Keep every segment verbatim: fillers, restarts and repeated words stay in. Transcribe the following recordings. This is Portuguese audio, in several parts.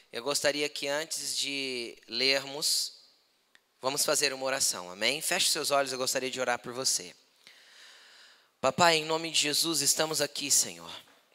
Eu gostaria que antes de lermos, vamos fazer uma oração, amém? Feche seus olhos, eu gostaria de orar por você. Papai, em nome de Jesus, estamos aqui, Senhor,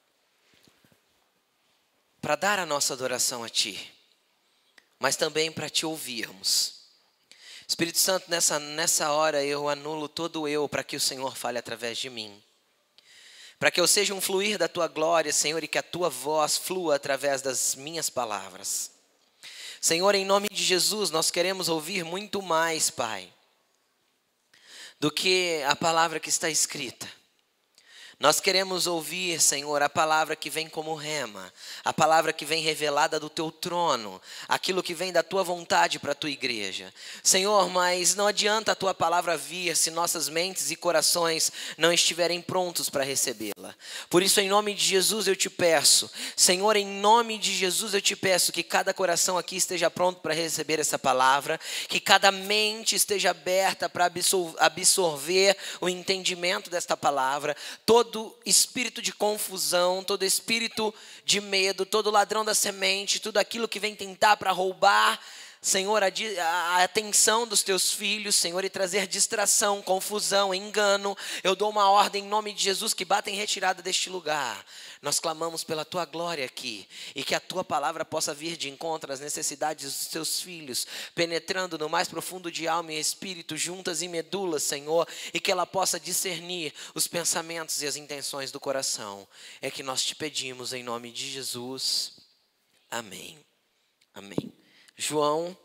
para dar a nossa adoração a Ti, mas também para Te ouvirmos. Espírito Santo, nessa, nessa hora eu anulo todo eu para que o Senhor fale através de mim. Para que eu seja um fluir da Tua glória, Senhor, e que a Tua voz flua através das minhas palavras. Senhor, em nome de Jesus, nós queremos ouvir muito mais, Pai, do que a palavra que está escrita. Nós queremos ouvir, Senhor, a palavra que vem como rema, a palavra que vem revelada do Teu trono, aquilo que vem da Tua vontade para a Tua igreja. Senhor, mas não adianta a Tua palavra vir se nossas mentes e corações não estiverem prontos para recebê-la. Por isso, em nome de Jesus, eu te peço, Senhor, em nome de Jesus, eu te peço que cada coração aqui esteja pronto para receber essa palavra, que cada mente esteja aberta para absorver o entendimento desta palavra. Todo Todo espírito de confusão, todo espírito de medo, todo ladrão da semente, tudo aquilo que vem tentar para roubar, Senhor, a, a atenção dos Teus filhos, Senhor, e trazer distração, confusão, engano. Eu dou uma ordem em nome de Jesus que bata em retirada deste lugar. Nós clamamos pela Tua glória aqui e que a Tua palavra possa vir de encontro às necessidades dos Teus filhos, penetrando no mais profundo de alma e espírito, juntas e medulas, Senhor, e que ela possa discernir os pensamentos e as intenções do coração. É que nós te pedimos em nome de Jesus. Amém. Amém. João,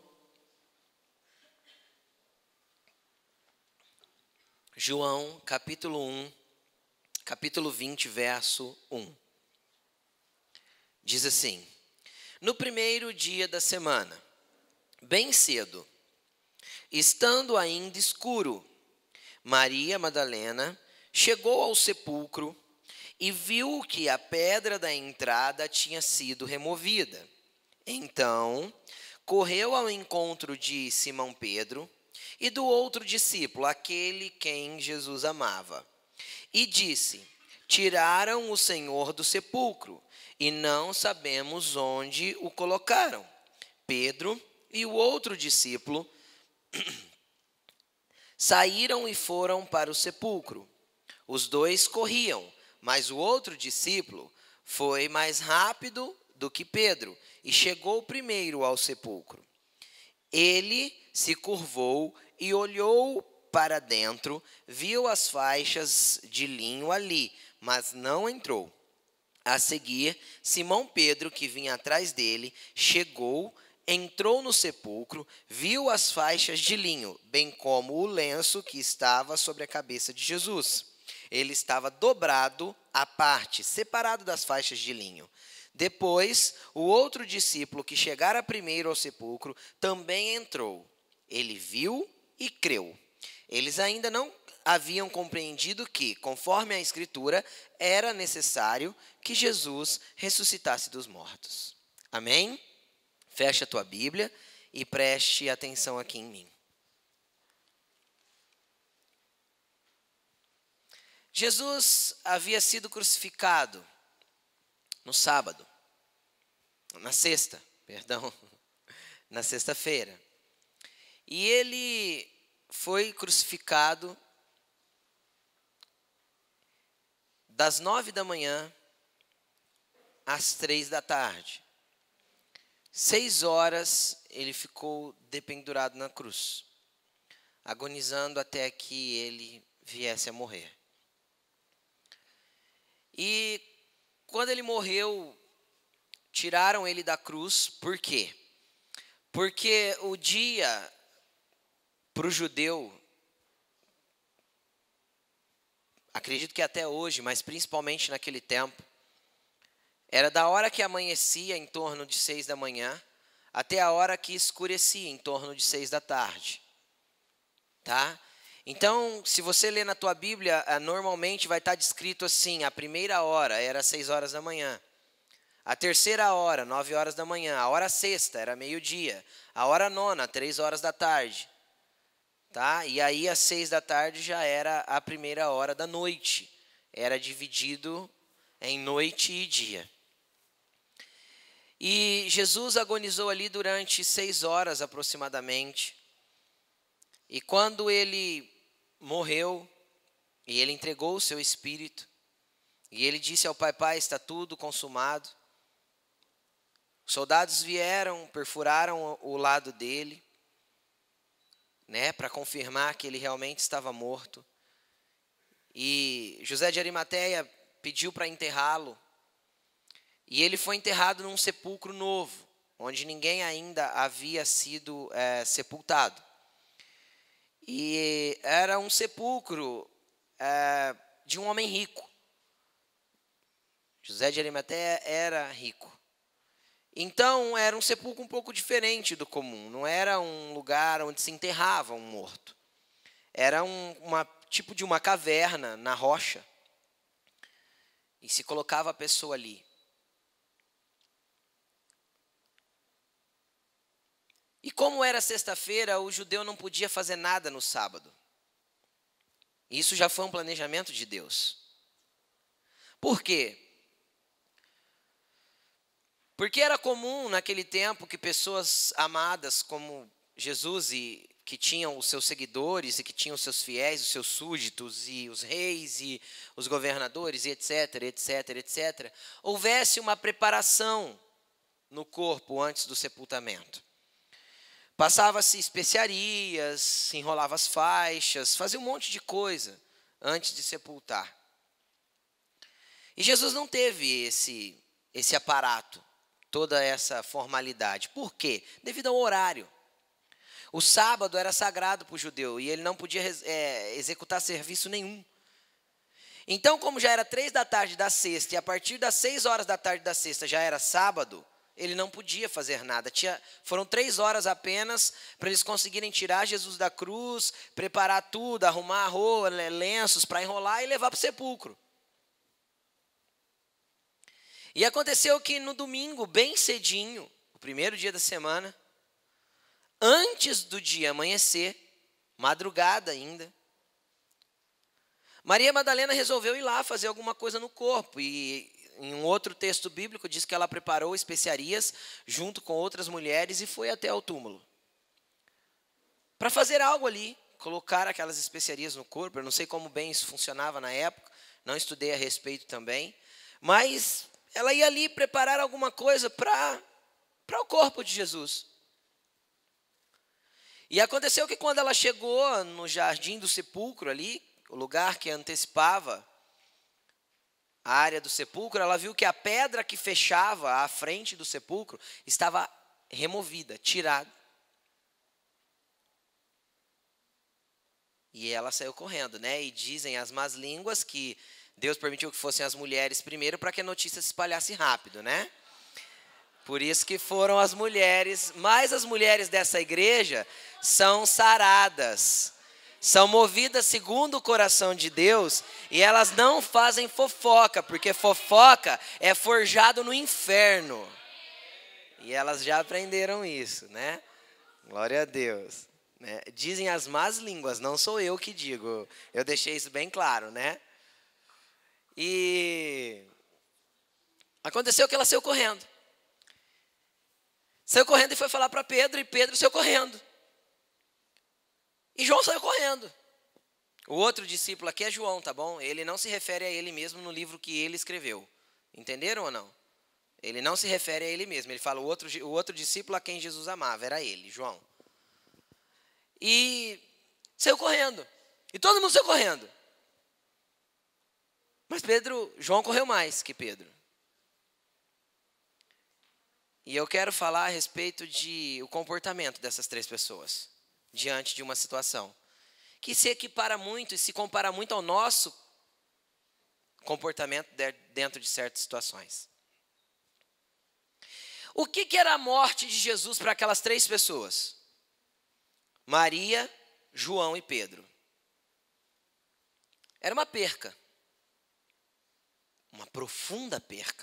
João, capítulo um, capítulo vinte, verso um. Diz assim: no primeiro dia da semana, bem cedo, estando ainda escuro, Maria Madalena chegou ao sepulcro e viu que a pedra da entrada tinha sido removida. Então, correu ao encontro de Simão Pedro e do outro discípulo, aquele quem Jesus amava, e disse: tiraram o Senhor do sepulcro e não sabemos onde o colocaram. Pedro e o outro discípulo saíram e foram para o sepulcro. Os dois corriam, mas o outro discípulo foi mais rápido do que Pedro e chegou primeiro ao sepulcro. Ele se curvou e olhou para dentro, viu as faixas de linho ali, mas não entrou. A seguir, Simão Pedro, que vinha atrás dele, chegou, entrou no sepulcro, viu as faixas de linho, bem como o lenço que estava sobre a cabeça de Jesus. Ele estava dobrado à parte, separado das faixas de linho. Depois, o outro discípulo que chegara primeiro ao sepulcro também entrou. Ele viu e creu. Eles ainda não haviam compreendido que, conforme a Escritura, era necessário que Jesus ressuscitasse dos mortos. Amém? Fecha a tua Bíblia e preste atenção aqui em mim. Jesus havia sido crucificado no sábado, na sexta, perdão, na sexta-feira. E ele foi crucificado das nove da manhã às três da tarde. Seis horas ele ficou dependurado na cruz, agonizando até que ele viesse a morrer. E quando ele morreu, tiraram ele da cruz. Por quê? Porque o dia para o judeu, acredito que até hoje, mas principalmente naquele tempo, era da hora que amanhecia, em torno de seis da manhã, até a hora que escurecia, em torno de seis da tarde. Tá? Então, se você ler na tua Bíblia, normalmente vai estar descrito assim: a primeira hora era seis horas da manhã, a terceira hora, nove horas da manhã, a hora sexta era meio-dia, a hora nona, três horas da tarde. Tá? E aí, às seis da tarde já era a primeira hora da noite. Era dividido em noite e dia. E Jesus agonizou ali durante seis horas aproximadamente. E quando ele morreu, e ele entregou o seu espírito, e ele disse ao Pai: Pai, está tudo consumado. Os soldados vieram, perfuraram o lado dele, né, para confirmar que ele realmente estava morto. E José de Arimateia pediu para enterrá-lo. E ele foi enterrado num sepulcro novo, onde ninguém ainda havia sido é, sepultado. E era um sepulcro é, de um homem rico. José de Arimateia era rico. Então, era um sepulcro um pouco diferente do comum. Não era um lugar onde se enterrava um morto. Era um uma, tipo de uma caverna na rocha. E se colocava a pessoa ali. E como era sexta-feira, o judeu não podia fazer nada no sábado. Isso já foi um planejamento de Deus. Por quê? Porque era comum naquele tempo que pessoas amadas como Jesus, e que tinham os seus seguidores, e que tinham os seus fiéis, os seus súditos, e os reis, e os governadores, e etc, etc, etc, houvesse uma preparação no corpo antes do sepultamento. Passava-se especiarias, se enrolava as faixas, fazia um monte de coisa antes de sepultar. E Jesus não teve esse, esse aparato, toda essa formalidade. Por quê? Devido ao horário. O sábado era sagrado para o judeu e ele não podia é, executar serviço nenhum. Então, como já era três da tarde da sexta e a partir das seis horas da tarde da sexta já era sábado, ele não podia fazer nada. Tinha, foram três horas apenas para eles conseguirem tirar Jesus da cruz, preparar tudo, arrumar roupa, lenços para enrolar e levar para o sepulcro. E aconteceu que no domingo, bem cedinho, o primeiro dia da semana, antes do dia amanhecer, madrugada ainda, Maria Madalena resolveu ir lá fazer alguma coisa no corpo. E em um outro texto bíblico diz que ela preparou especiarias junto com outras mulheres e foi até ao túmulo para fazer algo ali, colocar aquelas especiarias no corpo. Eu não sei como bem isso funcionava na época, não estudei a respeito também, mas ela ia ali preparar alguma coisa para para o corpo de Jesus. E aconteceu que quando ela chegou no jardim do sepulcro ali, o lugar que antecipava a área do sepulcro, ela viu que a pedra que fechava a frente do sepulcro estava removida, tirada. E ela saiu correndo, né? E dizem as más línguas que Deus permitiu que fossem as mulheres primeiro para que a notícia se espalhasse rápido, né? Por isso que foram as mulheres, mas as mulheres dessa igreja são saradas, são movidas segundo o coração de Deus, e elas não fazem fofoca, porque fofoca é forjado no inferno. E elas já aprenderam isso, né? Glória a Deus. Né? Dizem as más línguas, não sou eu que digo. Eu deixei isso bem claro, né? E aconteceu que ela saiu correndo. Saiu correndo e foi falar para Pedro, e Pedro saiu correndo. E João saiu correndo. O outro discípulo aqui é João, tá bom? Ele não se refere a ele mesmo no livro que ele escreveu. Entenderam ou não? Ele não se refere a ele mesmo. Ele fala o outro, o outro discípulo a quem Jesus amava, era ele, João. E saiu correndo. E todo mundo saiu correndo. Mas Pedro, João correu mais que Pedro. E eu quero falar a respeito de o comportamento dessas três pessoas diante de uma situação que se equipara muito e se compara muito ao nosso comportamento dentro de certas situações. O que, que era a morte de Jesus para aquelas três pessoas? Maria, João e Pedro. Era uma perca. Uma profunda perca.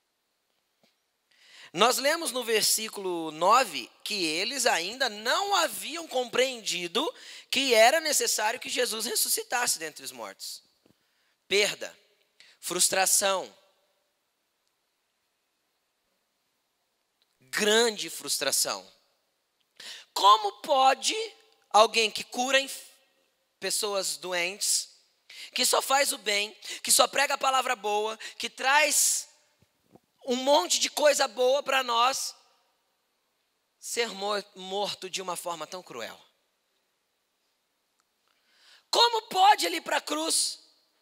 Nós lemos no versículo nove que eles ainda não haviam compreendido que era necessário que Jesus ressuscitasse dentre os mortos. Perda, frustração. grande frustração. Como pode alguém que cura pessoas doentes, que só faz o bem, que só prega a palavra boa, que traz um monte de coisa boa para nós, ser morto de uma forma tão cruel? Como pode ele ir para a cruz?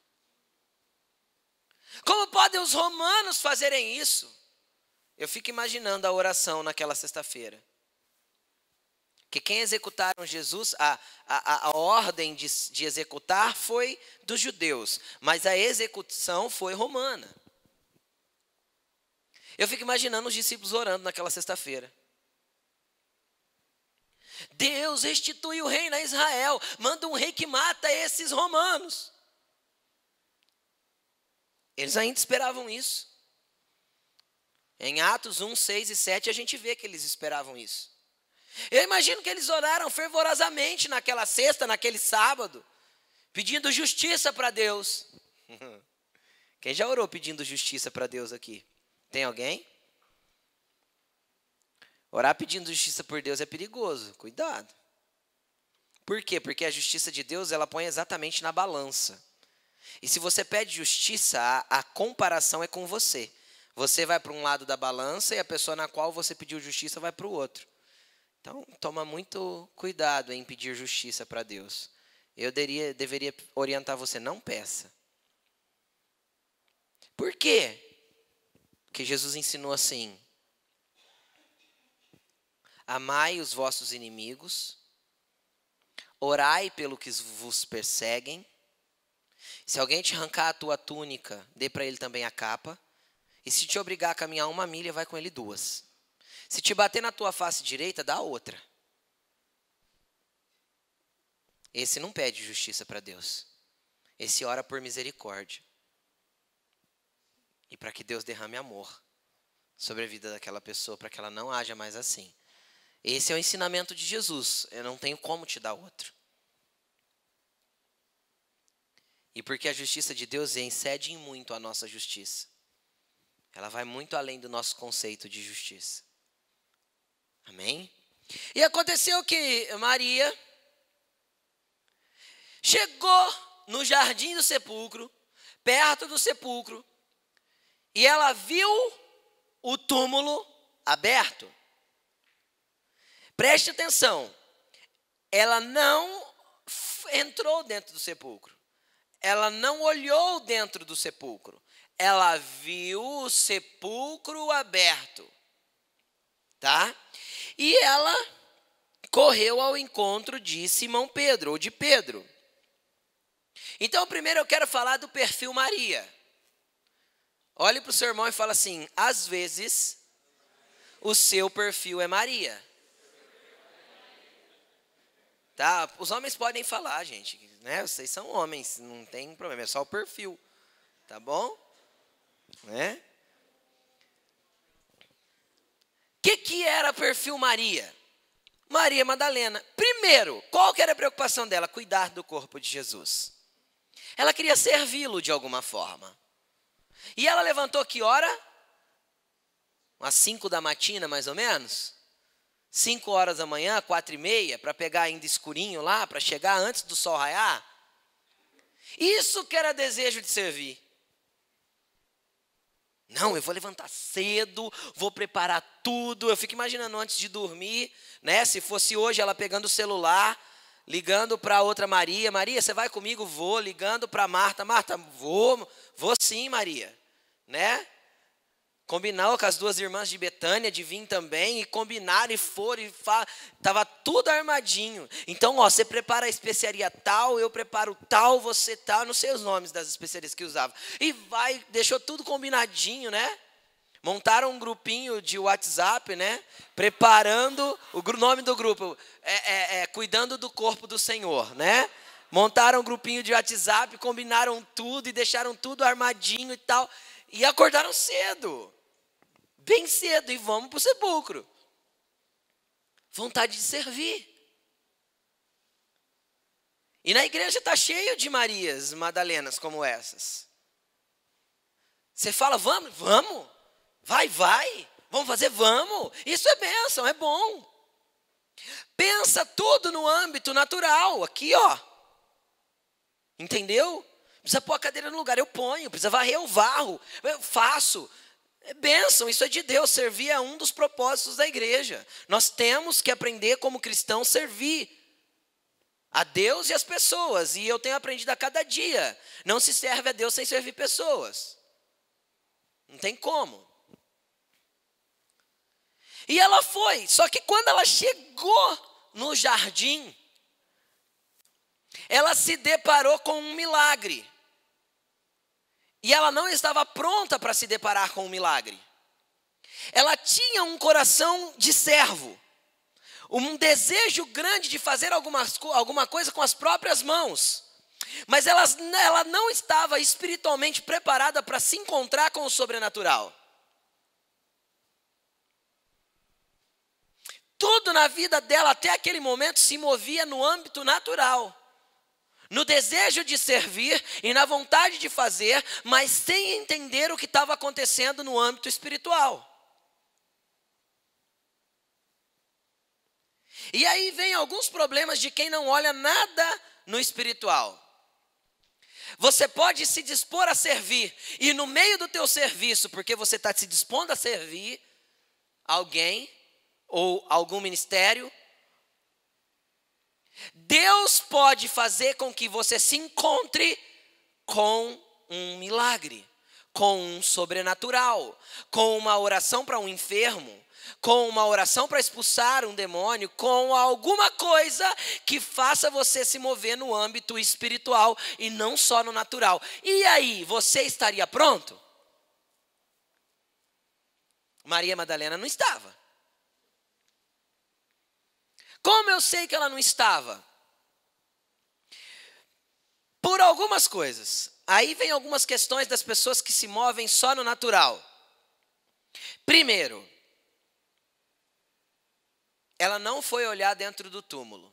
Como podem os romanos fazerem isso? Eu fico imaginando a oração naquela sexta-feira. Que quem executaram Jesus, a, a, a ordem de, de executar foi dos judeus, mas a execução foi romana. Eu fico imaginando os discípulos orando naquela sexta-feira. Deus restitui o reino a Israel, manda um rei que mata esses romanos. Eles ainda esperavam isso. Em Atos um, seis e sete a gente vê que eles esperavam isso. Eu imagino que eles oraram fervorosamente naquela sexta, naquele sábado, pedindo justiça para Deus. Quem já orou pedindo justiça para Deus aqui? Tem alguém? Orar pedindo justiça por Deus é perigoso, cuidado. Por quê? Porque a justiça de Deus, ela põe exatamente na balança. E se você pede justiça, a, a comparação é com você. Você vai para um lado da balança e a pessoa na qual você pediu justiça vai para o outro. Então, toma muito cuidado em pedir justiça para Deus. Eu deveria, deveria orientar você, não peça. Por quê? Porque Jesus ensinou assim: amai os vossos inimigos, orai pelo que vos perseguem. Se alguém te arrancar a tua túnica, dê para ele também a capa. E se te obrigar a caminhar uma milha, vai com ele duas. Se te bater na tua face direita, dá outra. Esse não pede justiça para Deus. Esse ora por misericórdia. E para que Deus derrame amor sobre a vida daquela pessoa, para que ela não haja mais assim. Esse é o ensinamento de Jesus. Eu não tenho como te dar outro. E porque a justiça de Deus excede em muito a nossa justiça. Ela vai muito além do nosso conceito de justiça. Amém? E aconteceu que Maria chegou no jardim do sepulcro, perto do sepulcro, e ela viu o túmulo aberto. Preste atenção, ela não entrou dentro do sepulcro, ela não olhou dentro do sepulcro, ela viu o sepulcro aberto, tá? E ela correu ao encontro de Simão Pedro, ou de Pedro. Então, primeiro eu quero falar do perfil Maria. Olhe para o seu irmão e fala assim: às vezes, o seu perfil é Maria. Tá? Os homens podem falar, gente, né? Vocês são homens, não tem problema, é só o perfil. Tá bom? Né? O que, que era perfil Maria? Maria Madalena. Primeiro, qual que era a preocupação dela? Cuidar do corpo de Jesus. Ela queria servi-lo de alguma forma. E ela levantou que hora? Umas cinco da matina, mais ou menos. Cinco horas da manhã, quatro e meia, para pegar ainda escurinho lá, para chegar antes do sol raiar. Isso que era desejo de servir. Não, eu vou levantar cedo, vou preparar tudo. Eu fico imaginando antes de dormir, né? Se fosse hoje ela pegando o celular, ligando para outra Maria. Maria, você vai comigo? Vou. Ligando para Marta. Marta, vou. Vou sim, Maria. Né? Combinou com as duas irmãs de Betânia de vir também. E combinaram e foram. E fa... Tava tudo armadinho. Então, ó, você prepara a especiaria tal, eu preparo tal, você tal. Não sei os nomes das especiarias que usava. E vai, deixou tudo combinadinho, né? Montaram um grupinho de WhatsApp, né? Preparando, o nome do grupo é, é, é Cuidando do Corpo do Senhor, né? Montaram um grupinho de WhatsApp, combinaram tudo e deixaram tudo armadinho e tal. E acordaram cedo, bem cedo, e vamos para o sepulcro. Vontade de servir. E na igreja está cheio de Marias Madalenas como essas. Você fala, vamos, vamos. Vai, vai, vamos fazer? Vamos. Isso é bênção, é bom. Pensa tudo no âmbito natural, aqui ó. Entendeu? Precisa pôr a cadeira no lugar, eu ponho. Precisa varrer, eu varro, eu faço. É bênção, isso é de Deus. Servir é um dos propósitos da igreja. Nós temos que aprender como cristãos servir a Deus e as pessoas. E eu tenho aprendido a cada dia. Não se serve a Deus sem servir pessoas. Não tem como. E ela foi, só que quando ela chegou no jardim, ela se deparou com um milagre. E ela não estava pronta para se deparar com um milagre. Ela tinha um coração de servo, um desejo grande de fazer algumas, alguma coisa com as próprias mãos. Mas ela, ela não estava espiritualmente preparada para se encontrar com o sobrenatural. Tudo na vida dela até aquele momento se movia no âmbito natural. No desejo de servir e na vontade de fazer, mas sem entender o que estava acontecendo no âmbito espiritual. E aí vem alguns problemas de quem não olha nada no espiritual. Você pode se dispor a servir, e no meio do teu serviço, porque você está se dispondo a servir alguém, ou algum ministério, Deus pode fazer com que você se encontre com um milagre, com um sobrenatural, com uma oração para um enfermo, com uma oração para expulsar um demônio, com alguma coisa que faça você se mover no âmbito espiritual e não só no natural. E aí, você estaria pronto? Maria Madalena não estava. Como eu sei que ela não estava? Por algumas coisas. Aí vem algumas questões das pessoas que se movem só no natural. Primeiro, ela não foi olhar dentro do túmulo.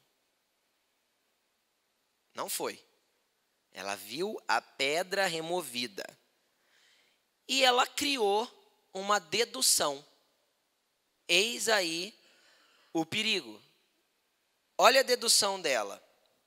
Não foi. Ela viu a pedra removida. E ela criou uma dedução. Eis aí o perigo. Olha a dedução dela.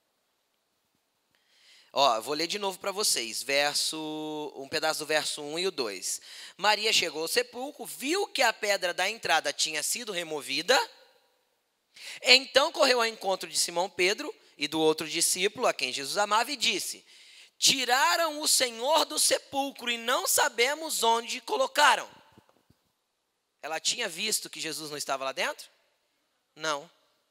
Ó, vou ler de novo para vocês, verso, um pedaço do verso um e o dois. Maria chegou ao sepulcro, viu que a pedra da entrada tinha sido removida. Então correu ao encontro de Simão Pedro e do outro discípulo, a quem Jesus amava, e disse: tiraram o Senhor do sepulcro e não sabemos onde colocaram. Ela tinha visto que Jesus não estava lá dentro? Não.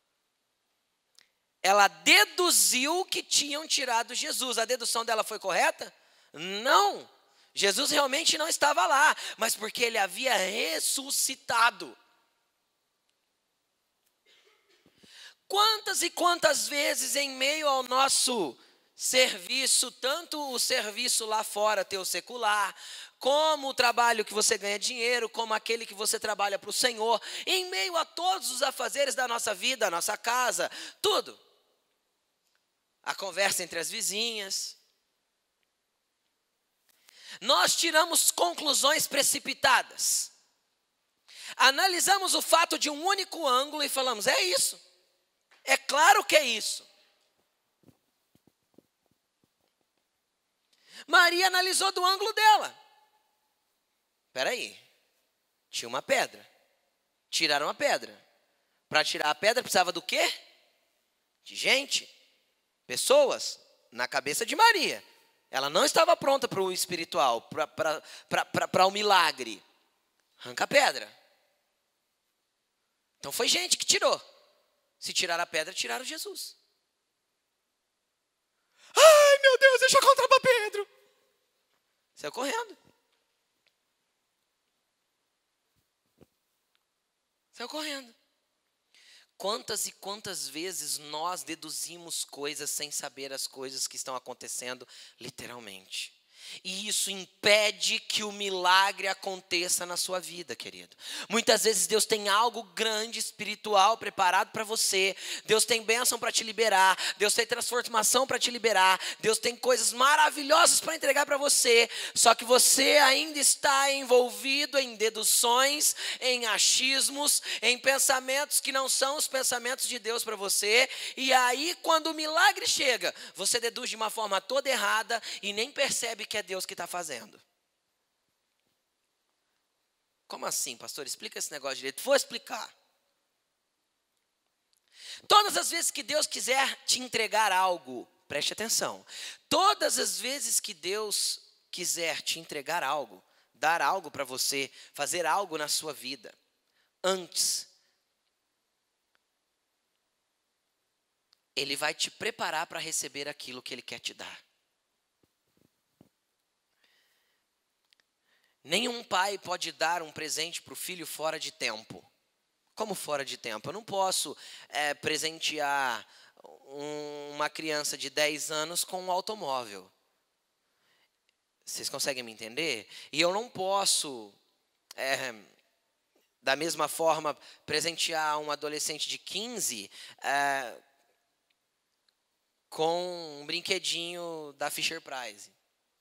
Ela deduziu que tinham tirado Jesus. A dedução dela foi correta? Não. Jesus realmente não estava lá, mas porque ele havia ressuscitado. Quantas e quantas vezes em meio ao nosso serviço, tanto o serviço lá fora, teu secular, como o trabalho que você ganha dinheiro, como aquele que você trabalha para o Senhor, em meio a todos os afazeres da nossa vida, a nossa casa, tudo. A conversa entre as vizinhas. Nós tiramos conclusões precipitadas. Analisamos o fato de um único ângulo e falamos, é isso. É claro que é isso. Maria analisou do ângulo dela. Espera aí. Tinha uma pedra. Tiraram a pedra. Para tirar a pedra precisava do quê? De gente. Pessoas na cabeça de Maria. Ela não estava pronta para o espiritual, para o milagre. Arranca a pedra. Então foi gente que tirou. Se tiraram a pedra, tiraram Jesus. Ai, meu Deus, deixa eu contar para Pedro. Saiu correndo. Saiu correndo. Quantas e quantas vezes nós deduzimos coisas sem saber as coisas que estão acontecendo literalmente. E isso impede que o milagre aconteça na sua vida, querido. Muitas vezes Deus tem algo grande, espiritual, preparado para você. Deus tem bênção para te liberar. Deus tem transformação para te liberar. Deus tem coisas maravilhosas para entregar para você. Só que você ainda está envolvido em deduções, em achismos, em pensamentos que não são os pensamentos de Deus para você. E aí, quando o milagre chega, você deduz de uma forma toda errada e nem percebe que é Deus que está fazendo. Como assim, pastor? Explica esse negócio direito. Vou explicar. Todas as vezes que Deus quiser te entregar algo, preste atenção. Todas as vezes que Deus quiser te entregar algo, dar algo para você, fazer algo na sua vida, antes, Ele vai te preparar para receber aquilo que Ele quer te dar. Nenhum pai pode dar um presente para o filho fora de tempo. Como fora de tempo? Eu não posso é, presentear um, uma criança de dez anos com um automóvel. Vocês conseguem me entender? E eu não posso, é, da mesma forma, presentear um adolescente de quinze é, com um brinquedinho da Fisher Price.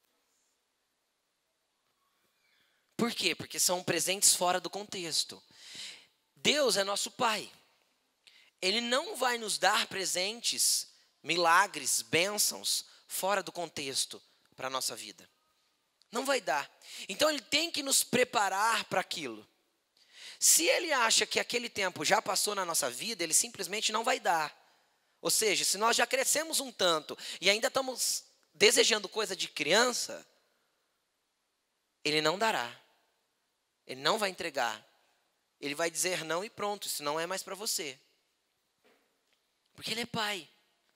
Por quê? Porque são presentes fora do contexto. Deus é nosso Pai. Ele não vai nos dar presentes, milagres, bênçãos, fora do contexto para a nossa vida. Não vai dar. Então Ele tem que nos preparar para aquilo. Se Ele acha que aquele tempo já passou na nossa vida, Ele simplesmente não vai dar. Ou seja, se nós já crescemos um tanto e ainda estamos desejando coisa de criança, Ele não dará. Ele não vai entregar. Ele vai dizer não e pronto, isso não é mais para você. Porque Ele é Pai.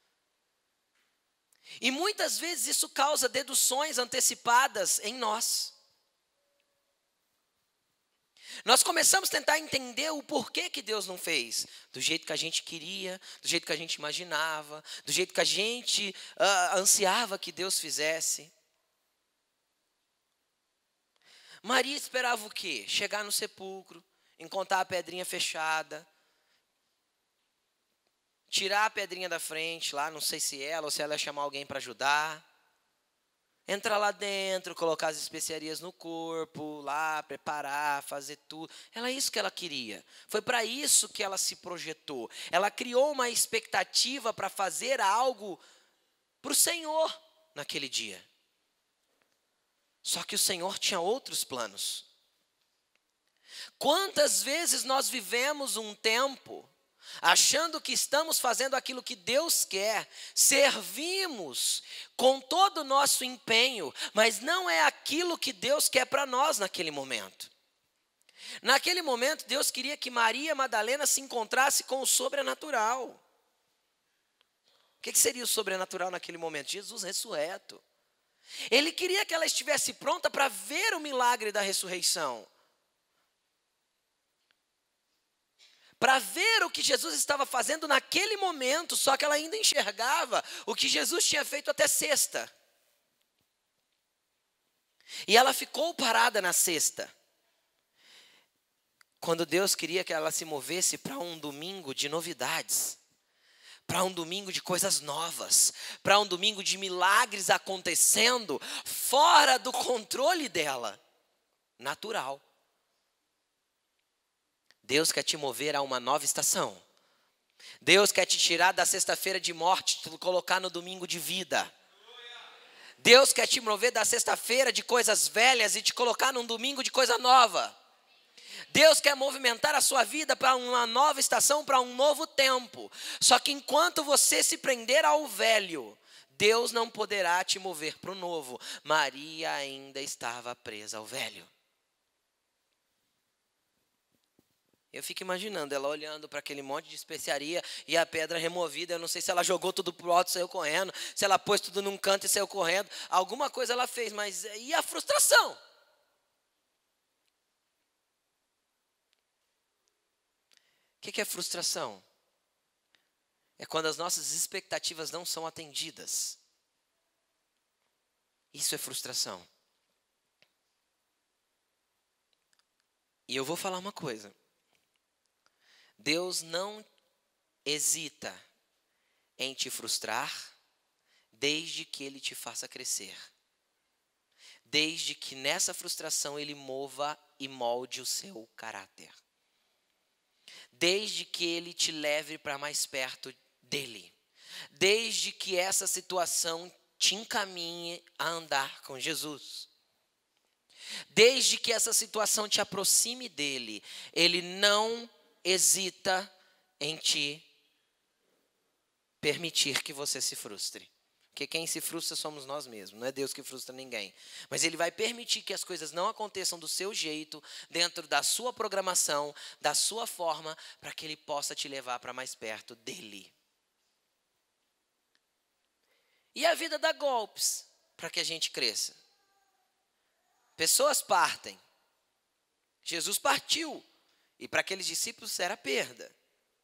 E muitas vezes isso causa deduções antecipadas em nós. Nós começamos a tentar entender o porquê que Deus não fez. Do jeito que a gente queria, do jeito que a gente imaginava, do jeito que a gente uh, ansiava que Deus fizesse. Maria esperava o quê? Chegar no sepulcro, encontrar a pedrinha fechada, tirar a pedrinha da frente, lá, não sei se ela ou se ela ia chamar alguém para ajudar. Entrar lá dentro, colocar as especiarias no corpo, lá, preparar, fazer tudo. Era isso que ela queria. Foi para isso que ela se projetou. Ela criou uma expectativa para fazer algo para o Senhor naquele dia. Só que o Senhor tinha outros planos. Quantas vezes nós vivemos um tempo achando que estamos fazendo aquilo que Deus quer, servimos com todo o nosso empenho, mas não é aquilo que Deus quer para nós naquele momento. Naquele momento, Deus queria que Maria Madalena se encontrasse com o sobrenatural. O que seria o sobrenatural naquele momento? Jesus ressurreto. Ele queria que ela estivesse pronta para ver o milagre da ressurreição. Para ver o que Jesus estava fazendo naquele momento, só que ela ainda enxergava o que Jesus tinha feito até sexta. E ela ficou parada na sexta. Quando Deus queria que ela se movesse para um domingo de novidades. Para um domingo de coisas novas, para um domingo de milagres acontecendo fora do controle dela, natural. Deus quer te mover a uma nova estação. Deus quer te tirar da sexta-feira de morte e te colocar no domingo de vida. Deus quer te mover da sexta-feira de coisas velhas e te colocar num domingo de coisa nova. Deus quer movimentar a sua vida para uma nova estação, para um novo tempo. Só que enquanto você se prender ao velho, Deus não poderá te mover para o novo. Maria ainda estava presa ao velho. Eu fico imaginando ela olhando para aquele monte de especiaria e a pedra removida. Eu não sei se ela jogou tudo para o alto e saiu correndo, se ela pôs tudo num canto e saiu correndo. Alguma coisa ela fez, mas e a frustração? O que é frustração? É quando as nossas expectativas não são atendidas. Isso é frustração. E eu vou falar uma coisa. Deus não hesita em te frustrar, desde que Ele te faça crescer. Desde que nessa frustração Ele mova e molde o seu caráter. Desde que Ele te leve para mais perto dEle. Desde que essa situação te encaminhe a andar com Jesus. Desde que essa situação te aproxime dEle, Ele não hesita em te permitir que você se frustre. Porque quem se frustra somos nós mesmos, não é Deus que frustra ninguém. Mas Ele vai permitir que as coisas não aconteçam do seu jeito, dentro da sua programação, da sua forma, para que Ele possa te levar para mais perto dEle. E a vida dá golpes para que a gente cresça. Pessoas partem. Jesus partiu. E para aqueles discípulos era perda.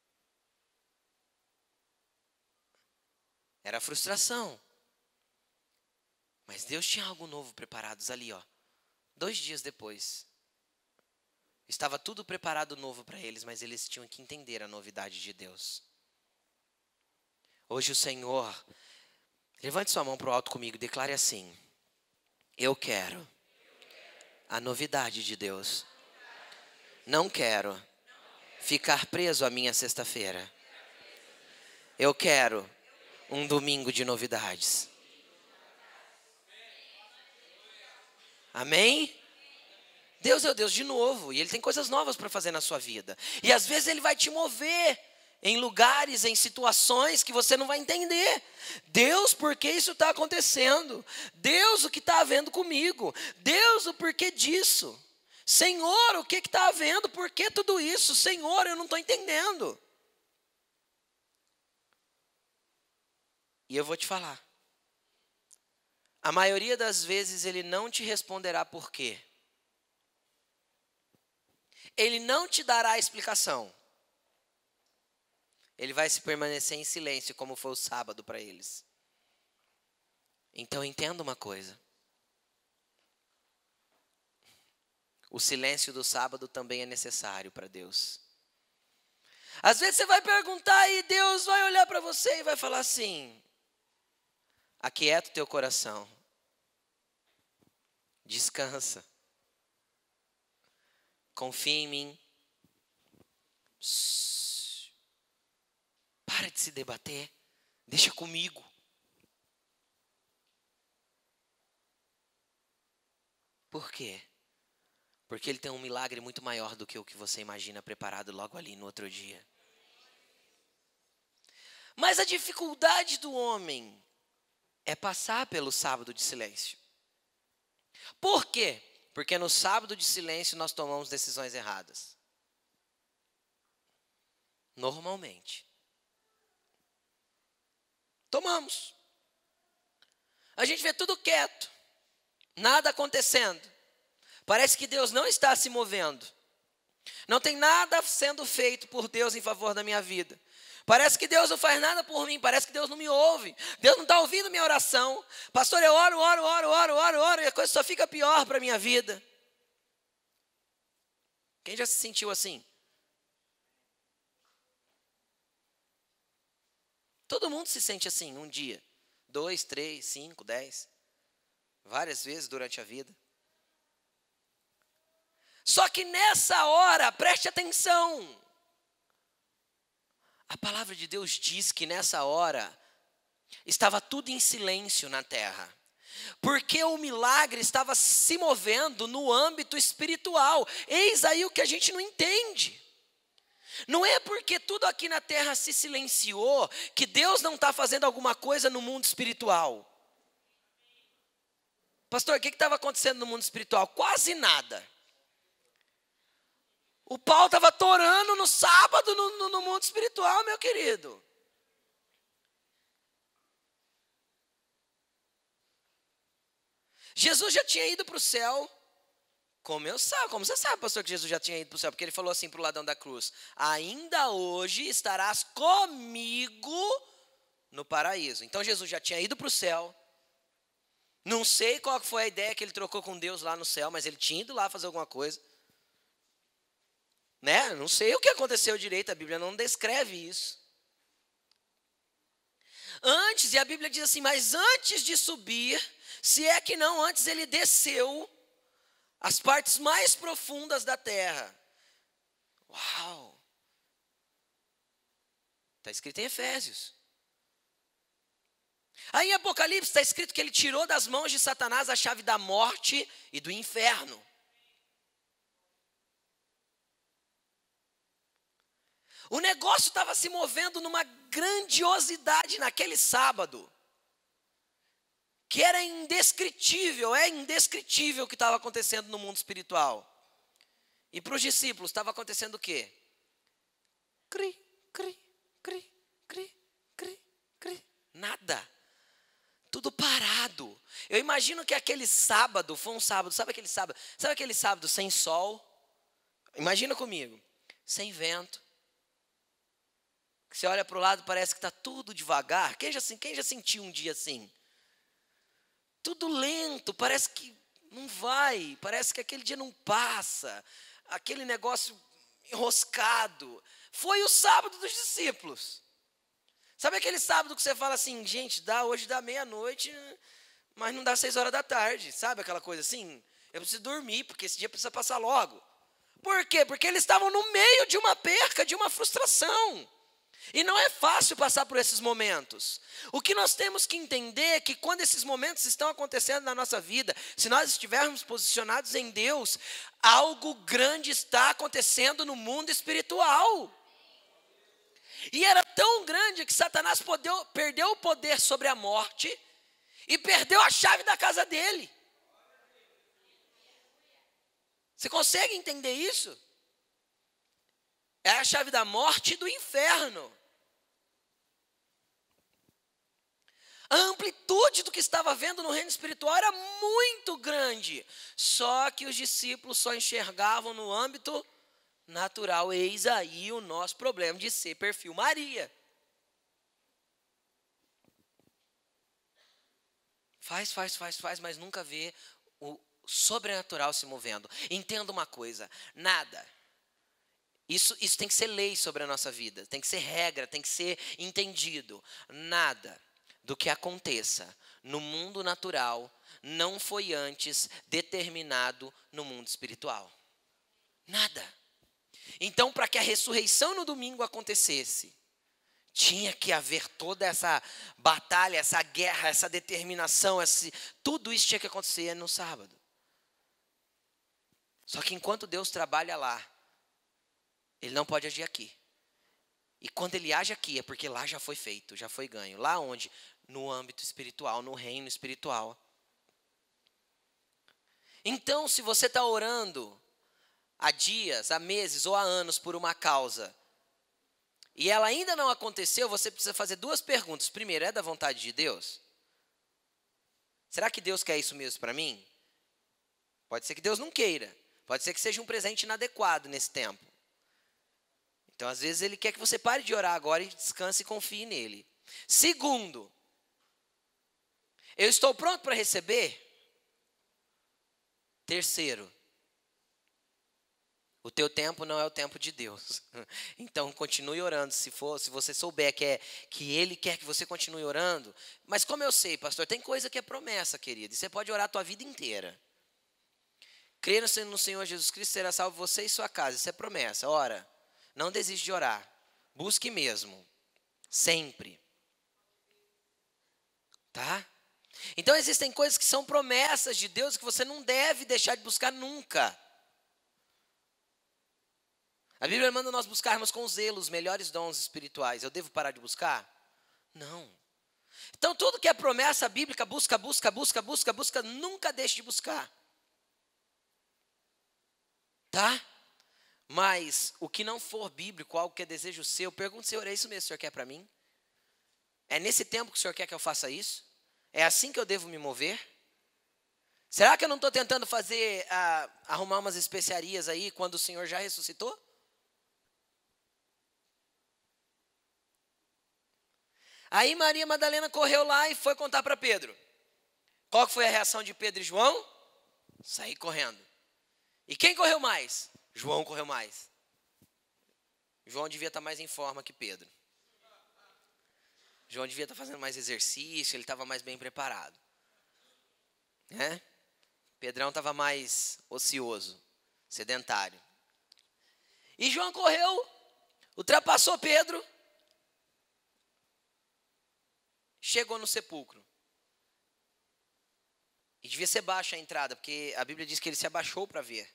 Era frustração. Mas Deus tinha algo novo preparado ali, ó. Dois dias depois. Estava tudo preparado novo para eles, mas eles tinham que entender a novidade de Deus. Hoje o Senhor, levante sua mão para o alto comigo e declare assim: eu quero a novidade de Deus. Não quero ficar preso à minha sexta-feira. Eu quero um domingo de novidades. Amém? Deus é o Deus de novo. E Ele tem coisas novas para fazer na sua vida. E às vezes Ele vai te mover em lugares, em situações que você não vai entender. Deus, por que isso está acontecendo? Deus, o que está havendo comigo? Deus, o porquê disso? Senhor, o que está havendo? Por que tudo isso? Senhor, eu não estou entendendo. E eu vou te falar. A maioria das vezes Ele não te responderá por quê. Ele não te dará explicação. Ele vai se permanecer em silêncio, como foi o sábado para eles. Então entenda uma coisa. O silêncio do sábado também é necessário para Deus. Às vezes você vai perguntar e Deus vai olhar para você e vai falar assim: aquieta o teu coração. Descansa. Confia em mim. Shhh. Para de se debater. Deixa comigo. Por quê? Porque Ele tem um milagre muito maior do que o que você imagina preparado logo ali no outro dia. Mas a dificuldade do homem é passar pelo sábado de silêncio. Por quê? Porque no sábado de silêncio nós tomamos decisões erradas. Normalmente. Tomamos. A gente vê tudo quieto. Nada acontecendo. Parece que Deus não está se movendo. Não tem nada sendo feito por Deus em favor da minha vida. Parece que Deus não faz nada por mim. Parece que Deus não me ouve. Deus não está ouvindo minha oração. Pastor, eu oro, oro, oro, oro, oro, oro. E a coisa só fica pior para a minha vida. Quem já se sentiu assim? Todo mundo se sente assim um dia. Dois, três, cinco, dez. Várias vezes durante a vida. Só que nessa hora, preste atenção. A palavra de Deus diz que nessa hora estava tudo em silêncio na terra. Porque o milagre estava se movendo no âmbito espiritual. Eis aí o que a gente não entende. Não é porque tudo aqui na terra se silenciou que Deus não está fazendo alguma coisa no mundo espiritual. Pastor, o que estava acontecendo no mundo espiritual? Quase nada. O pau estava torando no sábado no, no, no mundo espiritual, meu querido. Jesus já tinha ido para o céu. Como eu sabe, como você sabe, pastor, que Jesus já tinha ido para o céu? Porque Ele falou assim para o ladrão da cruz: ainda hoje estarás comigo no paraíso. Então Jesus já tinha ido para o céu. Não sei qual foi a ideia que ele trocou com Deus lá no céu, mas ele tinha ido lá fazer alguma coisa. Né? Não sei o que aconteceu direito, a Bíblia não descreve isso. Antes, e a Bíblia diz assim, mas antes de subir, se é que não, antes ele desceu as partes mais profundas da terra. Uau! Está escrito em Efésios. Aí em Apocalipse está escrito que ele tirou das mãos de Satanás a chave da morte e do inferno. O negócio estava se movendo numa grandiosidade naquele sábado, que era indescritível, é indescritível o que estava acontecendo no mundo espiritual. E para os discípulos estava acontecendo o quê? Cri, cri, cri, cri, cri, cri. Nada. Tudo parado. Eu imagino que aquele sábado foi um sábado, sabe aquele sábado? Sabe aquele sábado sem sol? Imagina comigo. Sem vento. Você olha para o lado, parece que está tudo devagar. Quem já, quem já sentiu um dia assim? Tudo lento, parece que não vai. Parece que aquele dia não passa. Aquele negócio enroscado. Foi o sábado dos discípulos. Sabe aquele sábado que você fala assim, gente, dá, hoje dá meia-noite, mas não dá seis horas da tarde. Sabe aquela coisa assim? Eu preciso dormir, porque esse dia precisa passar logo. Por quê? Porque eles estavam no meio de uma perca, de uma frustração. E não é fácil passar por esses momentos. O que nós temos que entender é que quando esses momentos estão acontecendo na nossa vida, se nós estivermos posicionados em Deus, algo grande está acontecendo no mundo espiritual. E era tão grande que Satanás podeu, perdeu o poder sobre a morte e perdeu a chave da casa dele. Você consegue entender isso? É a chave da morte e do inferno. A amplitude do que estava vendo no reino espiritual era muito grande. Só que os discípulos só enxergavam no âmbito natural. Eis aí o nosso problema de ser perfil Maria. Faz, faz, faz, faz, mas nunca vê o sobrenatural se movendo. Entenda uma coisa, nada. Isso, isso tem que ser lei sobre a nossa vida, tem que ser regra, tem que ser entendido. Nada do que aconteça no mundo natural não foi antes determinado no mundo espiritual. Nada. Então, para que a ressurreição no domingo acontecesse, tinha que haver toda essa batalha, essa guerra, essa determinação, esse, tudo isso tinha que acontecer no sábado. Só que enquanto Deus trabalha lá, Ele não pode agir aqui. E quando Ele age aqui, é porque lá já foi feito, já foi ganho. Lá onde? No âmbito espiritual, no reino espiritual. Então, se você está orando há dias, há meses ou há anos por uma causa, e ela ainda não aconteceu, você precisa fazer duas perguntas. Primeiro, é da vontade de Deus? Será que Deus quer isso mesmo para mim? Pode ser que Deus não queira. Pode ser que seja um presente inadequado nesse tempo. Então, às vezes, Ele quer que você pare de orar agora e descanse e confie nele. Segundo, eu estou pronto para receber? Terceiro, o teu tempo não é o tempo de Deus. Então, continue orando. Se for, se você souber que, é, que Ele quer que você continue orando. Mas como eu sei, pastor, tem coisa que é promessa, querido. E você pode orar a tua vida inteira. Crer no Senhor Jesus Cristo será salvo você e sua casa. Isso é promessa. Ora, não desiste de orar. Busque mesmo. Sempre. Tá? Então, existem coisas que são promessas de Deus que você não deve deixar de buscar nunca. A Bíblia manda nós buscarmos com zelo os melhores dons espirituais. Eu devo parar de buscar? Não. Então, tudo que é promessa bíblica, busca, busca, busca, busca, busca, nunca deixe de buscar. Tá? Mas, o que não for bíblico, algo que é desejo seu, pergunte, Senhor, é isso mesmo que o Senhor quer para mim? É nesse tempo que o Senhor quer que eu faça isso? É assim que eu devo me mover? Será que eu não estou tentando fazer, ah, arrumar umas especiarias aí, quando o Senhor já ressuscitou? Aí Maria Madalena correu lá e foi contar para Pedro. Qual que foi a reação de Pedro e João? Sair correndo. E quem correu mais? João correu mais. João devia estar mais em forma que Pedro. João devia estar fazendo mais exercício, ele estava mais bem preparado. Né? Pedrão estava mais ocioso, sedentário. E João correu, ultrapassou Pedro, chegou no sepulcro. E devia ser baixa a entrada, porque a Bíblia diz que ele se abaixou para ver.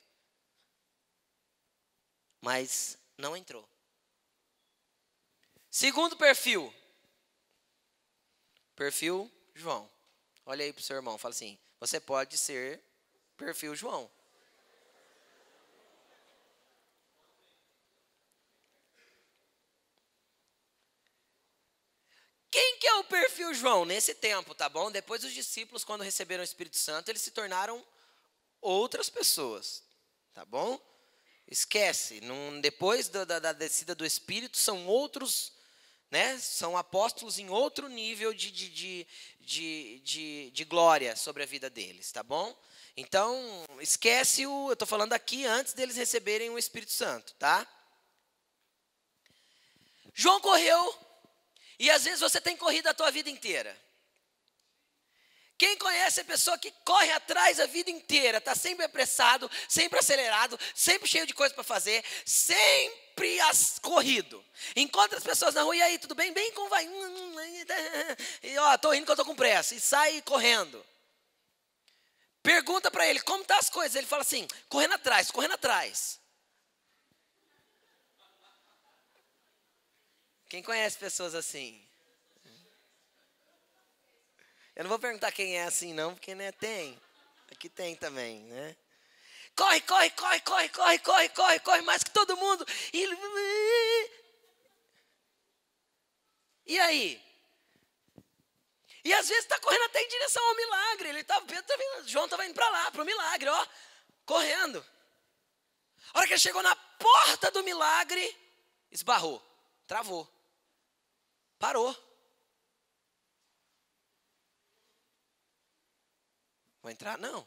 Mas não entrou. Segundo perfil. Perfil João. Olha aí para o seu irmão, fala assim, você pode ser perfil João. Quem que é o perfil João? Nesse tempo, tá bom? Depois os discípulos, quando receberam o Espírito Santo, eles se tornaram outras pessoas, tá bom? Esquece, não, depois da, da, da descida do Espírito, são outros, né? São apóstolos em outro nível de, de, de, de, de, de glória sobre a vida deles, tá bom? Então, esquece o, eu estou falando aqui antes deles receberem o Espírito Santo, tá? João correu, e às vezes você tem corrido a tua vida inteira. Quem conhece a pessoa que corre atrás a vida inteira, está sempre apressado, sempre acelerado, sempre cheio de coisa para fazer, sempre as, corrido. Encontra as pessoas na rua, e aí, tudo bem? Bem, como vai? E ó, estou indo que eu estou com pressa. E sai correndo. Pergunta para ele, como estão as coisas? Ele fala assim, correndo atrás, correndo atrás. Quem conhece pessoas assim? Eu não vou perguntar quem é assim não, porque né, tem. Aqui tem também, né? Corre, corre, corre, corre, corre, corre, corre, corre mais que todo mundo. E, e aí? E às vezes está correndo até em direção ao milagre. Ele tá, Pedro tá vindo, João estava indo para lá, para o milagre, ó. Correndo. A hora que ele chegou na porta do milagre, esbarrou, travou, parou. Vou entrar? Não.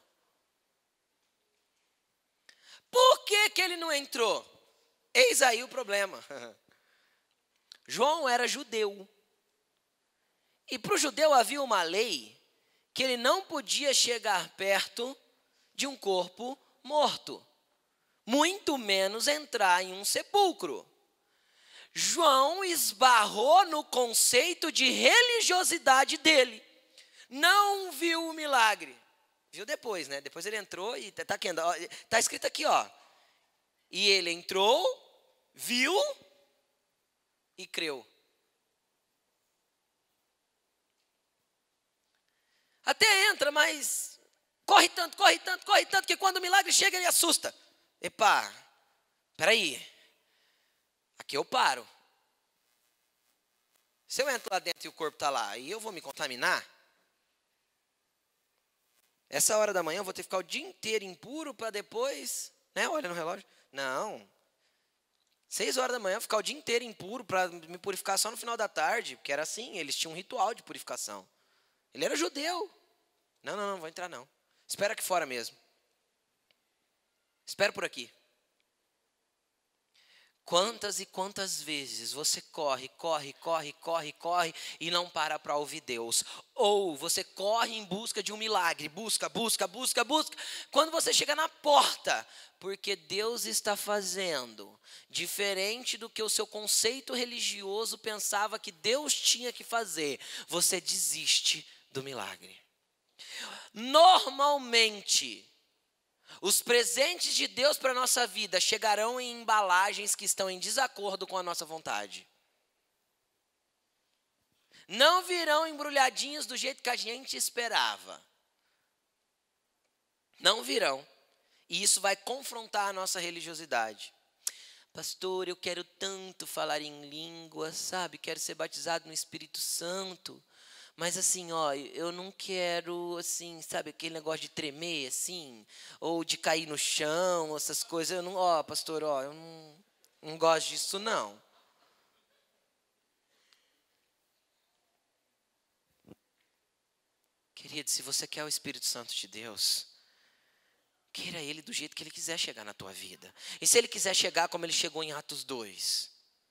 Por que que ele não entrou? Eis aí o problema. João era judeu. E para o judeu havia uma lei que ele não podia chegar perto de um corpo morto. Muito menos entrar em um sepulcro. João esbarrou no conceito de religiosidade dele. Não viu o milagre. Viu depois, né? Depois ele entrou e está aqui, está escrito aqui, ó. E ele entrou, viu e creu. Até entra, mas corre tanto, corre tanto, corre tanto, que quando o milagre chega ele assusta. Epa, peraí, aqui eu paro. Se eu entro lá dentro e o corpo está lá, e eu vou me contaminar? Essa hora da manhã eu vou ter que ficar o dia inteiro impuro para depois, né? Olha no relógio. Não. Seis horas da manhã eu vou ficar o dia inteiro impuro para me purificar só no final da tarde, porque era assim, eles tinham um ritual de purificação. Ele era judeu. Não, não, não, vou entrar não. Espera aqui fora mesmo. Espera por aqui. Quantas e quantas vezes você corre, corre, corre, corre, corre e não para para ouvir Deus? Ou você corre em busca de um milagre, busca, busca, busca, busca. Quando você chega na porta, porque Deus está fazendo diferente do que o seu conceito religioso pensava que Deus tinha que fazer, você desiste do milagre. Normalmente, os presentes de Deus para a nossa vida chegarão em embalagens que estão em desacordo com a nossa vontade. Não virão embrulhadinhos do jeito que a gente esperava. Não virão. E isso vai confrontar a nossa religiosidade. Pastor, eu quero tanto falar em línguas, sabe? Quero ser batizado no Espírito Santo. Mas assim, ó, eu não quero, assim, sabe, aquele negócio de tremer, assim, ou de cair no chão, essas coisas. Eu não, ó, pastor, ó, eu não, não gosto disso, não. Querido, se você quer o Espírito Santo de Deus, queira Ele do jeito que Ele quiser chegar na tua vida. E se Ele quiser chegar como Ele chegou em Atos dois?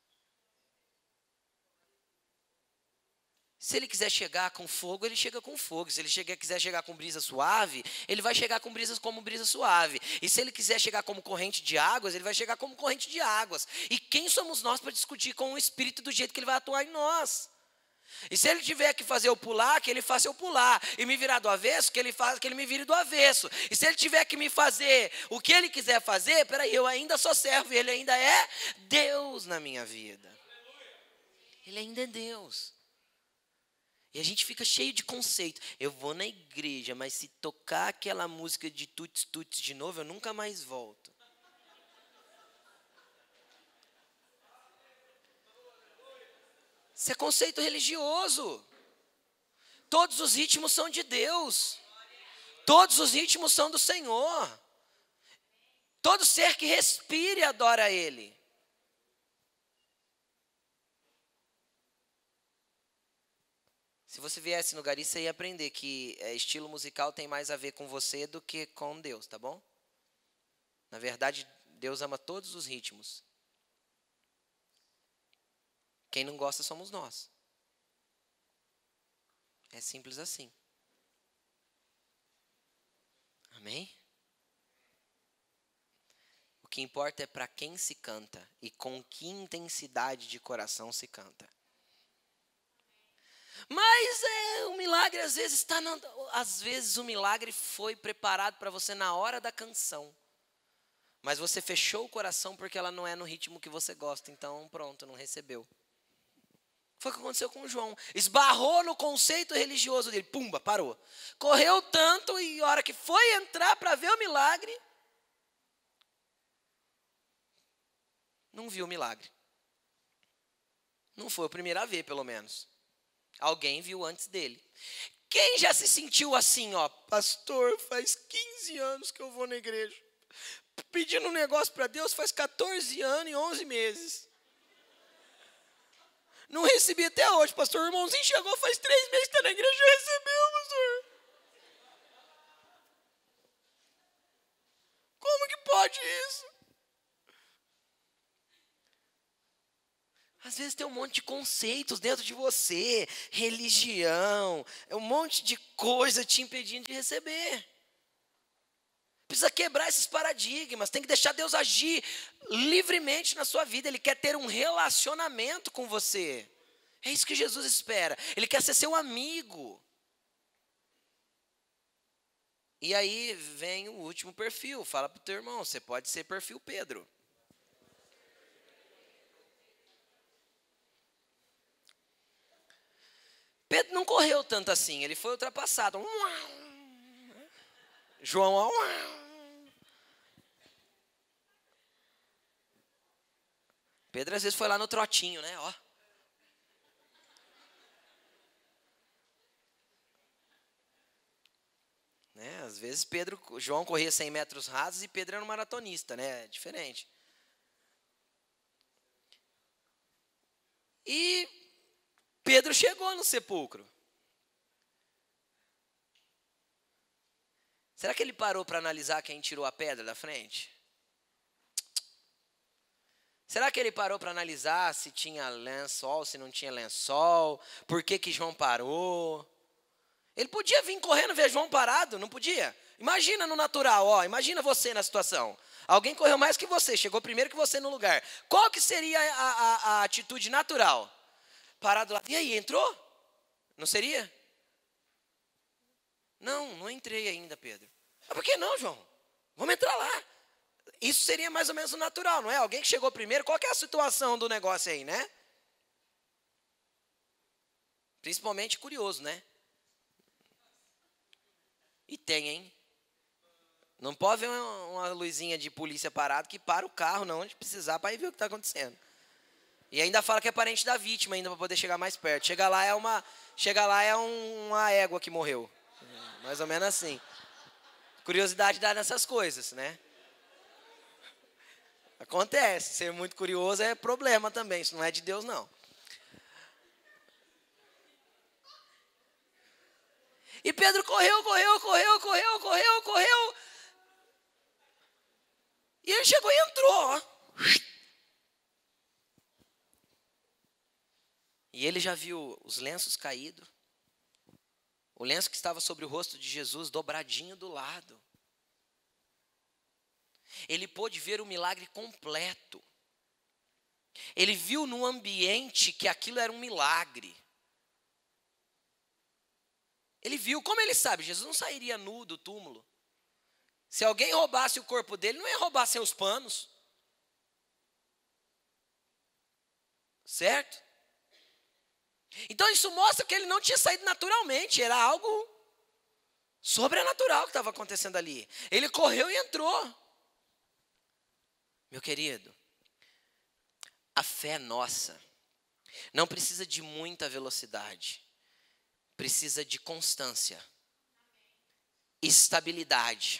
Se Ele quiser chegar com fogo, Ele chega com fogo. Se Ele chegar, quiser chegar com brisa suave, Ele vai chegar com brisas como brisa suave. E se Ele quiser chegar como corrente de águas, Ele vai chegar como corrente de águas. E quem somos nós para discutir com o Espírito do jeito que Ele vai atuar em nós? E se Ele tiver que fazer eu pular, que Ele faça eu pular. E me virar do avesso, que Ele faça, que Ele me vire do avesso. E se Ele tiver que me fazer o que Ele quiser fazer, peraí, eu ainda sou servo e Ele ainda é Deus na minha vida. Ele ainda é Deus. E a gente fica cheio de conceito. Eu vou na igreja, mas se tocar aquela música de tuts tuts de novo, eu nunca mais volto. Isso é conceito religioso. Todos os ritmos são de Deus. Todos os ritmos são do Senhor. Todo ser que respire adora Ele. Se você viesse no Gari, você ia aprender que é, estilo musical tem mais a ver com você do que com Deus, tá bom? Na verdade, Deus ama todos os ritmos. Quem não gosta somos nós. É simples assim. Amém? O que importa é para quem se canta e com que intensidade de coração se canta. Mas é, o milagre às vezes está na, às vezes o milagre foi preparado para você na hora da canção. Mas você fechou o coração porque ela não é no ritmo que você gosta, então pronto, não recebeu. Foi o que aconteceu com o João. Esbarrou no conceito religioso dele, pumba, parou. Correu tanto e a hora que foi entrar para ver o milagre, não viu o milagre. Não foi o primeiro a ver, pelo menos. Alguém viu antes dele. Quem já se sentiu assim, ó? Pastor, faz quinze anos que eu vou na igreja. Pedindo um negócio para Deus faz quatorze anos e onze meses. Não recebi até hoje, pastor. O irmãozinho chegou faz três meses que está na igreja e recebeu, pastor. Como que pode isso? Às vezes tem um monte de conceitos dentro de você, religião, um monte de coisa te impedindo de receber. Precisa quebrar esses paradigmas, tem que deixar Deus agir livremente na sua vida. Ele quer ter um relacionamento com você. É isso que Jesus espera. Ele quer ser seu amigo. E aí vem o último perfil. Fala para o teu irmão, você pode ser perfil Pedro. Pedro não correu tanto assim, ele foi ultrapassado. João, Pedro às vezes foi lá no trotinho, né? Ó. Né? Às vezes Pedro, João corria cem metros rasos e Pedro era um maratonista, né? É diferente. E Pedro chegou no sepulcro. Será que ele parou para analisar quem tirou a pedra da frente? Será que ele parou para analisar se tinha lençol, se não tinha lençol? Por que que João parou? Ele podia vir correndo ver João parado, não podia? Imagina no natural, ó, imagina você na situação. Alguém correu mais que você, chegou primeiro que você no lugar. Qual que seria a, a, a atitude natural? Parado lá, e aí, entrou? Não seria? Não, não entrei ainda, Pedro. Mas por que não, João? Vamos entrar lá. Isso seria mais ou menos o natural, não é? Alguém que chegou primeiro, qual que é a situação do negócio aí, né? Principalmente curioso, né? E tem, hein? Não pode ver uma, uma luzinha de polícia parada que para o carro, não, onde precisar, para ir ver o que está acontecendo. E ainda fala que é parente da vítima, ainda para poder chegar mais perto. Chega lá é uma, chega lá é um, uma égua que morreu. Mais ou menos assim. Curiosidade dá nessas coisas, né? Acontece. Ser muito curioso é problema também. Isso não é de Deus, não. E Pedro correu, correu, correu, correu, correu, correu. E ele chegou e entrou. E ele já viu os lenços caídos. O lenço que estava sobre o rosto de Jesus dobradinho do lado. Ele pôde ver o milagre completo. Ele viu no ambiente que aquilo era um milagre. Ele viu, como ele sabe, Jesus não sairia nu do túmulo. Se alguém roubasse o corpo dele, não ia roubar seus panos. Certo? Então isso mostra que ele não tinha saído naturalmente, era algo sobrenatural que estava acontecendo ali. Ele correu e entrou. Meu querido, a fé nossa não precisa de muita velocidade, precisa de constância, estabilidade.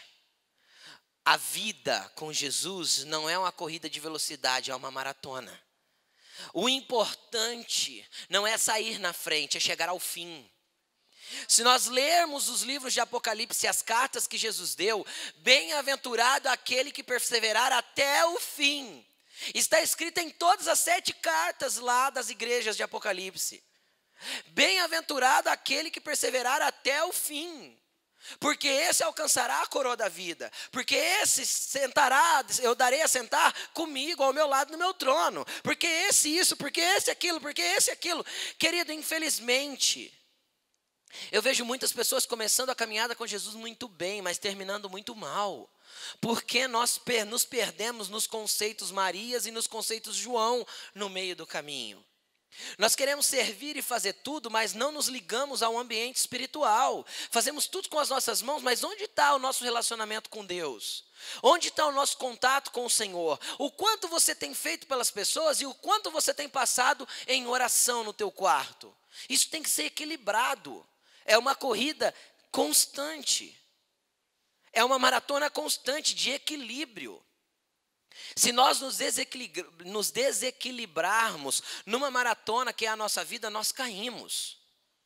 A vida com Jesus não é uma corrida de velocidade, é uma maratona. O importante não é sair na frente, é chegar ao fim. Se nós lermos os livros de Apocalipse, as cartas que Jesus deu, bem-aventurado aquele que perseverar até o fim. Está escrito em todas as sete cartas lá das igrejas de Apocalipse. Bem-aventurado aquele que perseverar até o fim. Porque esse alcançará a coroa da vida. Porque esse sentará, eu darei a sentar comigo ao meu lado no meu trono. Porque esse isso, porque esse aquilo, porque esse aquilo. Querido, infelizmente, eu vejo muitas pessoas começando a caminhada com Jesus muito bem, mas terminando muito mal. Porque nós nos perdemos nos conceitos Marias e nos conceitos João no meio do caminho. Nós queremos servir e fazer tudo, mas não nos ligamos ao ambiente espiritual. Fazemos tudo com as nossas mãos, mas onde está o nosso relacionamento com Deus? Onde está o nosso contato com o Senhor? O quanto você tem feito pelas pessoas e o quanto você tem passado em oração no teu quarto? Isso tem que ser equilibrado. É uma corrida constante. É uma maratona constante de equilíbrio. Se nós nos, desequilibra, nos desequilibrarmos numa maratona que é a nossa vida, nós caímos.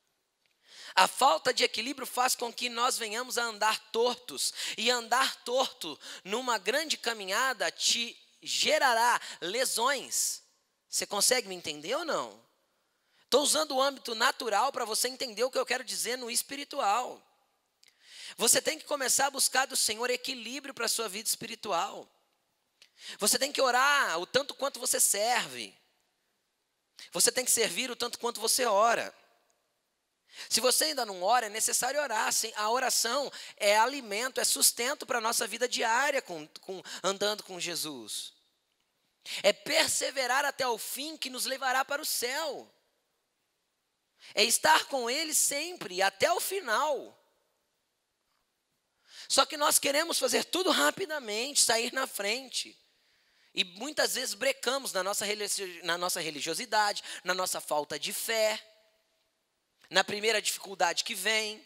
A falta de equilíbrio faz com que nós venhamos a andar tortos. E andar torto numa grande caminhada te gerará lesões. Você consegue me entender ou não? Estou usando o âmbito natural para você entender o que eu quero dizer no espiritual. Você tem que começar a buscar do Senhor equilíbrio para a sua vida espiritual. Você tem que orar o tanto quanto você serve. Você tem que servir o tanto quanto você ora. Se você ainda não ora, é necessário orar. A oração é alimento, é sustento para a nossa vida diária com, com, andando com Jesus. É perseverar até o fim que nos levará para o céu. É estar com Ele sempre, até o final. Só que nós queremos fazer tudo rapidamente, sair na frente. E muitas vezes brecamos na nossa, na nossa religiosidade, na nossa falta de fé, na primeira dificuldade que vem.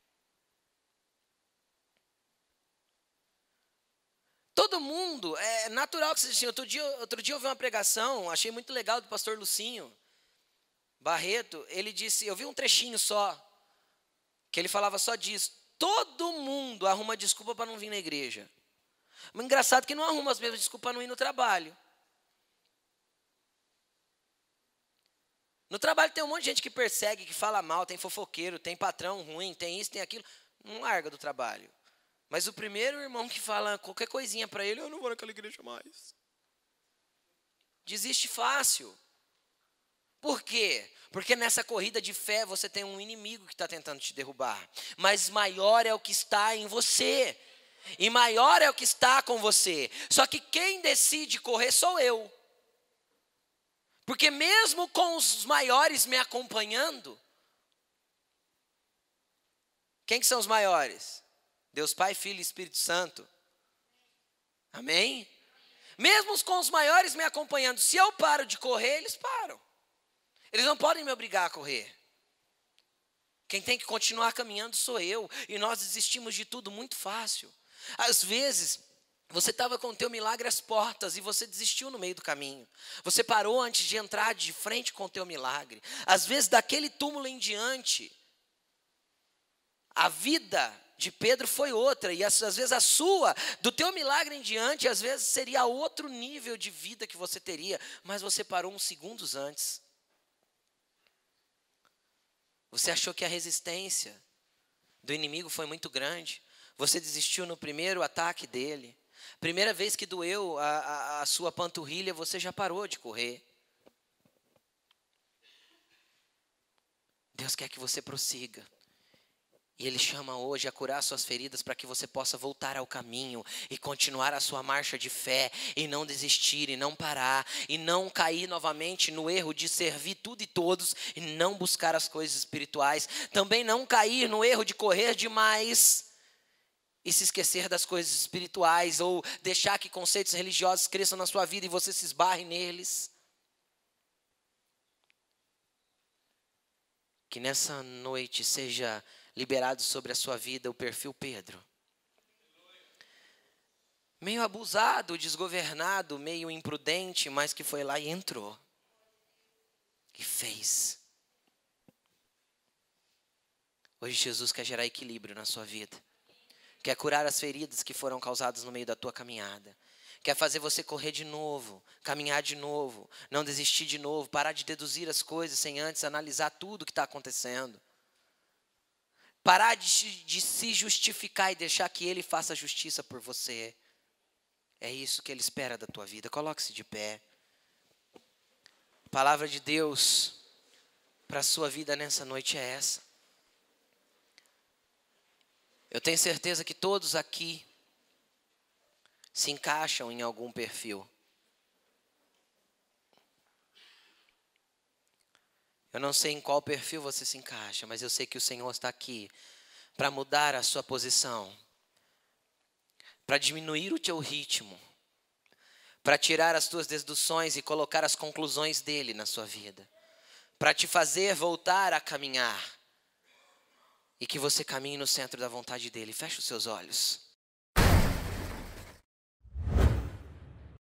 Todo mundo, é natural que seja assim. Outro dia, outro dia eu vi uma pregação, achei muito legal, do pastor Lucinho Barreto. Ele disse, eu vi um trechinho só, que ele falava só disso. Todo mundo arruma desculpa para não vir na igreja. Mas engraçado que não arruma as mesmas desculpas para não ir no trabalho. No trabalho tem um monte de gente que persegue, que fala mal, tem fofoqueiro, tem patrão ruim, tem isso, tem aquilo. Não larga do trabalho. Mas o primeiro irmão que fala qualquer coisinha para ele, eu não vou naquela igreja mais. Desiste fácil. Por quê? Porque nessa corrida de fé você tem um inimigo que está tentando te derrubar. Mas maior é o que está em você. E maior é o que está com você. Só que quem decide correr sou eu. Porque mesmo com os maiores me acompanhando, quem que são os maiores? Deus Pai, Filho e Espírito Santo. Amém? Mesmo com os maiores me acompanhando, se eu paro de correr, eles param. Eles não podem me obrigar a correr. Quem tem que continuar caminhando sou eu. E nós desistimos de tudo muito fácil. Às vezes, você estava com o teu milagre às portas e você desistiu no meio do caminho. Você parou antes de entrar de frente com o teu milagre. Às vezes, daquele túmulo em diante, A vida de Pedro foi outra, e às vezes a sua, do teu milagre em diante, às vezes seria outro nível de vida que você teria, mas você parou uns segundos antes. Você achou que a resistência do inimigo foi muito grande, você desistiu no primeiro ataque dele. Primeira vez que doeu a, a, a sua panturrilha, você já parou de correr. Deus quer que você prossiga. E Ele chama hoje a curar suas feridas para que você possa voltar ao caminho e continuar a sua marcha de fé e não desistir e não parar e não cair novamente no erro de servir tudo e todos e não buscar as coisas espirituais. Também não cair no erro de correr demais e se esquecer das coisas espirituais ou deixar que conceitos religiosos cresçam na sua vida e você se esbarre neles. Que nessa noite seja liberado sobre a sua vida o perfil Pedro. Meio abusado, desgovernado, meio imprudente, mas que foi lá e entrou. E fez. Hoje Jesus quer gerar equilíbrio na sua vida. Quer curar as feridas que foram causadas no meio da tua caminhada. Quer fazer você correr de novo, caminhar de novo, não desistir de novo, parar de deduzir as coisas sem antes analisar tudo o que está acontecendo. Parar de, de se justificar e deixar que Ele faça justiça por você. É isso que Ele espera da tua vida. Coloque-se de pé. A palavra de Deus para a sua vida nessa noite é essa. Eu tenho certeza que todos aqui se encaixam em algum perfil. Eu não sei em qual perfil você se encaixa, mas eu sei que o Senhor está aqui para mudar a sua posição, para diminuir o teu ritmo, para tirar as tuas deduções e colocar as conclusões dele na sua vida, para te fazer voltar a caminhar e que você caminhe no centro da vontade dele. Feche os seus olhos.